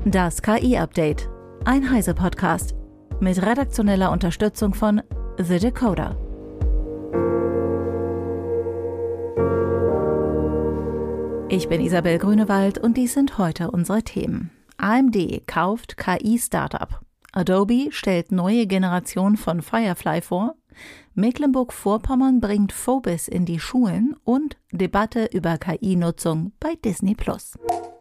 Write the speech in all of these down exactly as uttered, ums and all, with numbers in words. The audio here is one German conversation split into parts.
Das K I-Update, ein Heise-Podcast mit redaktioneller Unterstützung von The Decoder. Ich bin Isabel Grünewald und dies sind heute unsere Themen. A M D kauft K I-Startup. Adobe stellt neue Generation von Firefly vor. Mecklenburg-Vorpommern bringt Phobis in die Schulen und Debatte über K I-Nutzung bei Disney Plus.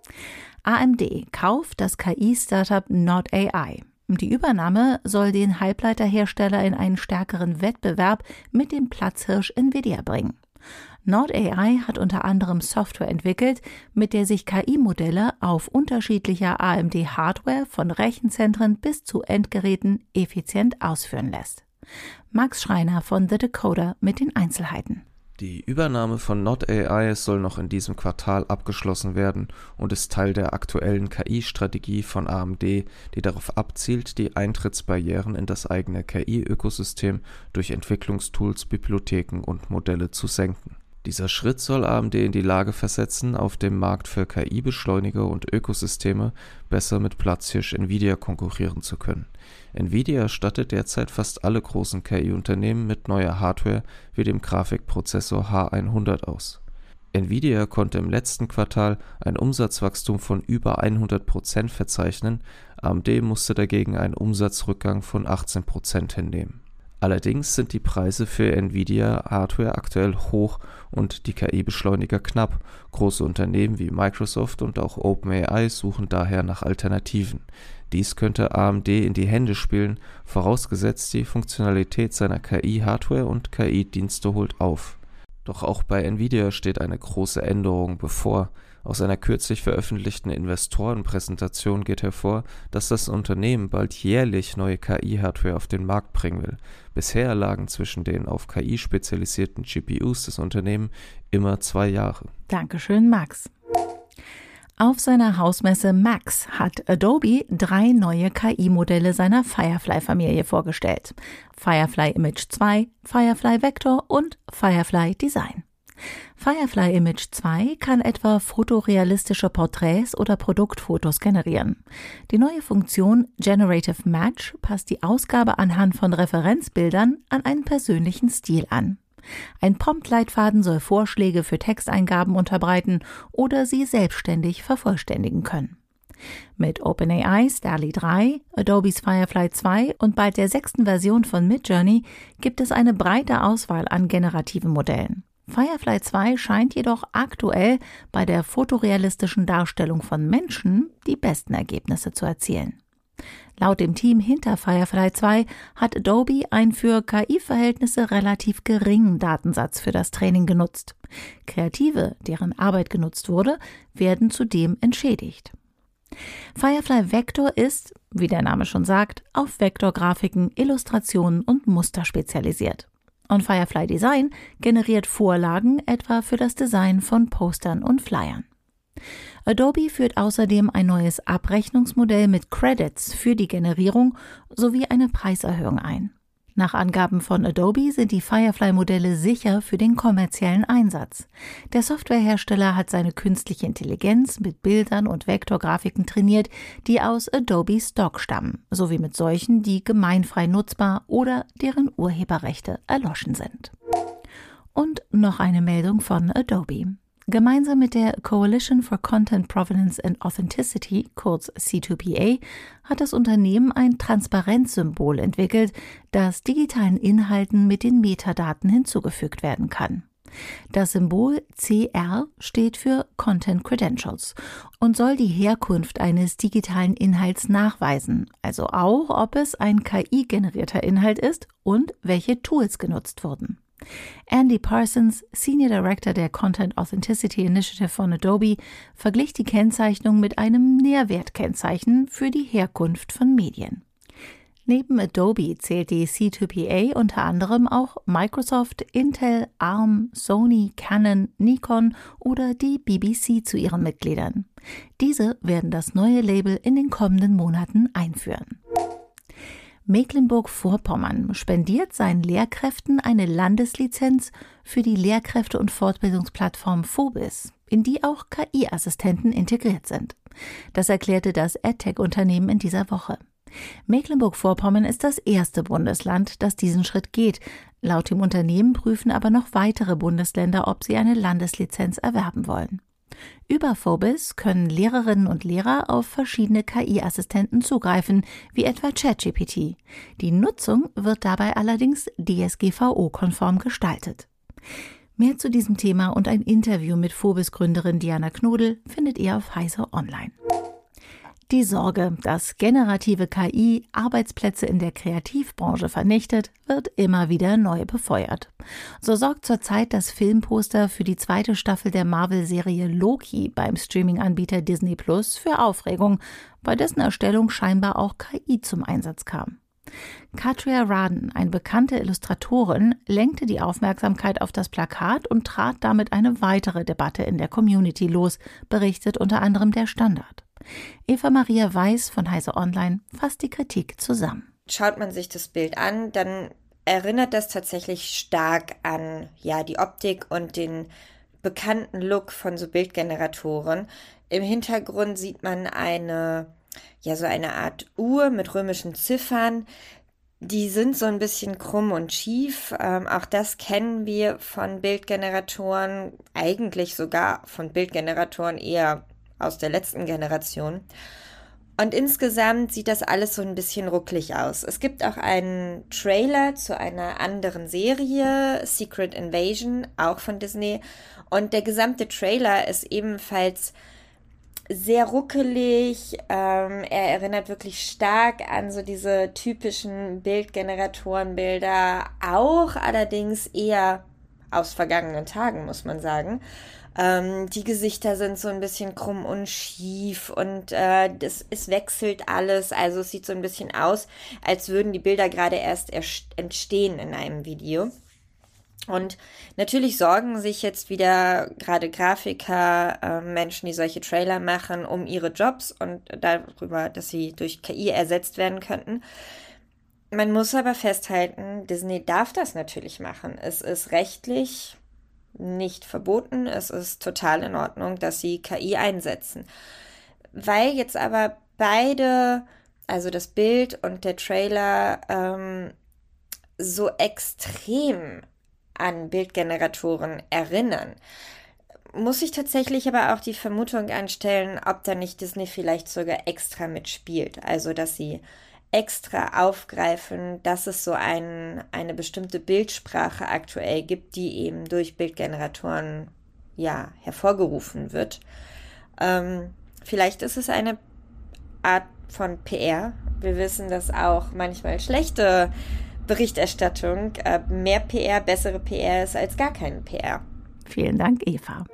A M D kauft das K I-Startup Nod A I. Die Übernahme soll den Halbleiterhersteller in einen stärkeren Wettbewerb mit dem Platzhirsch Nvidia bringen. Nod A I hat unter anderem Software entwickelt, mit der sich K I-Modelle auf unterschiedlicher A M D-Hardware von Rechenzentren bis zu Endgeräten effizient ausführen lässt. Max Schreiner von The Decoder mit den Einzelheiten. Die Übernahme von Nod A I soll noch in diesem Quartal abgeschlossen werden und ist Teil der aktuellen K I-Strategie von A M D, die darauf abzielt, die Eintrittsbarrieren in das eigene K I-Ökosystem durch Entwicklungstools, Bibliotheken und Modelle zu senken. Dieser Schritt soll A M D in die Lage versetzen, auf dem Markt für K I-Beschleuniger und Ökosysteme besser mit Platzhirsch Nvidia konkurrieren zu können. Nvidia stattet derzeit fast alle großen K I-Unternehmen mit neuer Hardware wie dem Grafikprozessor H hundert aus. Nvidia konnte im letzten Quartal ein Umsatzwachstum von über hundert Prozent verzeichnen, A M D musste dagegen einen Umsatzrückgang von achtzehn Prozent hinnehmen. Allerdings sind die Preise für Nvidia-Hardware aktuell hoch und die K I-Beschleuniger knapp. Große Unternehmen wie Microsoft und auch OpenAI suchen daher nach Alternativen. Dies könnte A M D in die Hände spielen, vorausgesetzt die Funktionalität seiner K I-Hardware und K I-Dienste holt auf. Doch auch bei Nvidia steht eine große Änderung bevor. Aus einer kürzlich veröffentlichten Investorenpräsentation geht hervor, dass das Unternehmen bald jährlich neue K I-Hardware auf den Markt bringen will. Bisher lagen zwischen den auf K I spezialisierten G P Us des Unternehmens immer zwei Jahre. Dankeschön, Max. Auf seiner Hausmesse Max hat Adobe drei neue K I-Modelle seiner Firefly-Familie vorgestellt. Firefly Image zwei, Firefly Vector und Firefly Design. Firefly Image zwei kann etwa fotorealistische Porträts oder Produktfotos generieren. Die neue Funktion Generative Match passt die Ausgabe anhand von Referenzbildern an einen persönlichen Stil an. Ein Prompt-Leitfaden soll Vorschläge für Texteingaben unterbreiten oder sie selbstständig vervollständigen können. Mit OpenAI's DALL-E drei, Adobes Firefly zwei und bald der sechsten Version von Midjourney gibt es eine breite Auswahl an generativen Modellen. Firefly zwei scheint jedoch aktuell bei der fotorealistischen Darstellung von Menschen die besten Ergebnisse zu erzielen. Laut dem Team hinter Firefly zwei hat Adobe einen für K I-Verhältnisse relativ geringen Datensatz für das Training genutzt. Kreative, deren Arbeit genutzt wurde, werden zudem entschädigt. Firefly Vector ist, wie der Name schon sagt, auf Vektorgrafiken, Illustrationen und Muster spezialisiert. Und Firefly Design generiert Vorlagen etwa für das Design von Postern und Flyern. Adobe führt außerdem ein neues Abrechnungsmodell mit Credits für die Generierung sowie eine Preiserhöhung ein. Nach Angaben von Adobe sind die Firefly-Modelle sicher für den kommerziellen Einsatz. Der Softwarehersteller hat seine künstliche Intelligenz mit Bildern und Vektorgrafiken trainiert, die aus Adobe Stock stammen, sowie mit solchen, die gemeinfrei nutzbar oder deren Urheberrechte erloschen sind. Und noch eine Meldung von Adobe. Gemeinsam mit der Coalition for Content Provenance and Authenticity, kurz C zwei P A, hat das Unternehmen ein Transparenzsymbol entwickelt, das digitalen Inhalten mit den Metadaten hinzugefügt werden kann. Das Symbol C R steht für Content Credentials und soll die Herkunft eines digitalen Inhalts nachweisen, also auch, ob es ein K I-generierter Inhalt ist und welche Tools genutzt wurden. Andy Parsons, Senior Director der Content Authenticity Initiative von Adobe, verglich die Kennzeichnung mit einem Nährwertkennzeichen für die Herkunft von Medien. Neben Adobe zählt die C zwei P A unter anderem auch Microsoft, Intel, Arm, Sony, Canon, Nikon oder die B B C zu ihren Mitgliedern. Diese werden das neue Label in den kommenden Monaten einführen. Mecklenburg-Vorpommern spendiert seinen Lehrkräften eine Landeslizenz für die Lehrkräfte- und Fortbildungsplattform Phobis. in die auch K I-Assistenten integriert sind. Das erklärte das EdTech-Unternehmen in dieser Woche. Mecklenburg-Vorpommern ist das erste Bundesland, das diesen Schritt geht. Laut dem Unternehmen prüfen aber noch weitere Bundesländer, ob sie eine Landeslizenz erwerben wollen. Über Phobis können Lehrerinnen und Lehrer auf verschiedene K I-Assistenten zugreifen, wie etwa ChatGPT. Die Nutzung wird dabei allerdings D S G V O-konform gestaltet. Mehr zu diesem Thema und ein Interview mit Phobis-Gründerin Diana Knodel findet ihr auf Heise Online. Die Sorge, dass generative K I Arbeitsplätze in der Kreativbranche vernichtet, wird immer wieder neu befeuert. So sorgt zurzeit das Filmposter für die zweite Staffel der Marvel-Serie Loki beim Streaming-Anbieter Disney Plus für Aufregung, bei dessen Erstellung scheinbar auch K I zum Einsatz kam. Katria Radin, eine bekannte Illustratorin, lenkte die Aufmerksamkeit auf das Plakat und trat damit eine weitere Debatte in der Community los, berichtet unter anderem der Standard. Eva Maria Weiß von Heise Online fasst die Kritik zusammen. Schaut man sich das Bild an, dann erinnert das tatsächlich stark an ja, die Optik und den bekannten Look von so Bildgeneratoren. Im Hintergrund sieht man eine, ja, so eine Art Uhr mit römischen Ziffern. Die sind so ein bisschen krumm und schief. Ähm, auch das kennen wir von Bildgeneratoren, eigentlich sogar von Bildgeneratoren eher aus der letzten Generation. Und insgesamt sieht das alles so ein bisschen ruckelig aus. Es gibt auch einen Trailer zu einer anderen Serie, Secret Invasion, auch von Disney. Und der gesamte Trailer ist ebenfalls sehr ruckelig. Ähm, er erinnert wirklich stark an so diese typischen Bildgeneratorenbilder, auch allerdings eher aus vergangenen Tagen, muss man sagen. Ähm, die Gesichter sind so ein bisschen krumm und schief und äh, das, es wechselt alles. Also es sieht so ein bisschen aus, als würden die Bilder gerade erst entstehen in einem Video. Und natürlich sorgen sich jetzt wieder gerade Grafiker, äh, Menschen, die solche Trailer machen, um ihre Jobs und darüber, dass sie durch K I ersetzt werden könnten. Man muss aber festhalten, Disney darf das natürlich machen. Es ist rechtlich nicht verboten, es ist total in Ordnung, dass sie K I einsetzen. Weil jetzt aber beide, also das Bild und der Trailer, ähm, so extrem an Bildgeneratoren erinnern, muss ich tatsächlich aber auch die Vermutung anstellen, ob da nicht Disney vielleicht sogar extra mitspielt. Also, dass sie extra aufgreifen, dass es so ein, eine bestimmte Bildsprache aktuell gibt, die eben durch Bildgeneratoren ja, hervorgerufen wird. Ähm, vielleicht ist es eine Art von P R. Wir wissen, dass auch manchmal schlechte Berichterstattung äh, mehr P R, bessere P R ist als gar keine P R. Vielen Dank, Eva.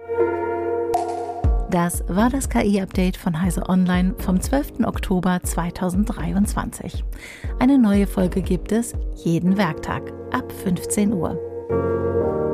Das war das K I-Update von Heise Online vom zwölften Oktober zweitausenddreiundzwanzig. Eine neue Folge gibt es jeden Werktag ab fünfzehn Uhr.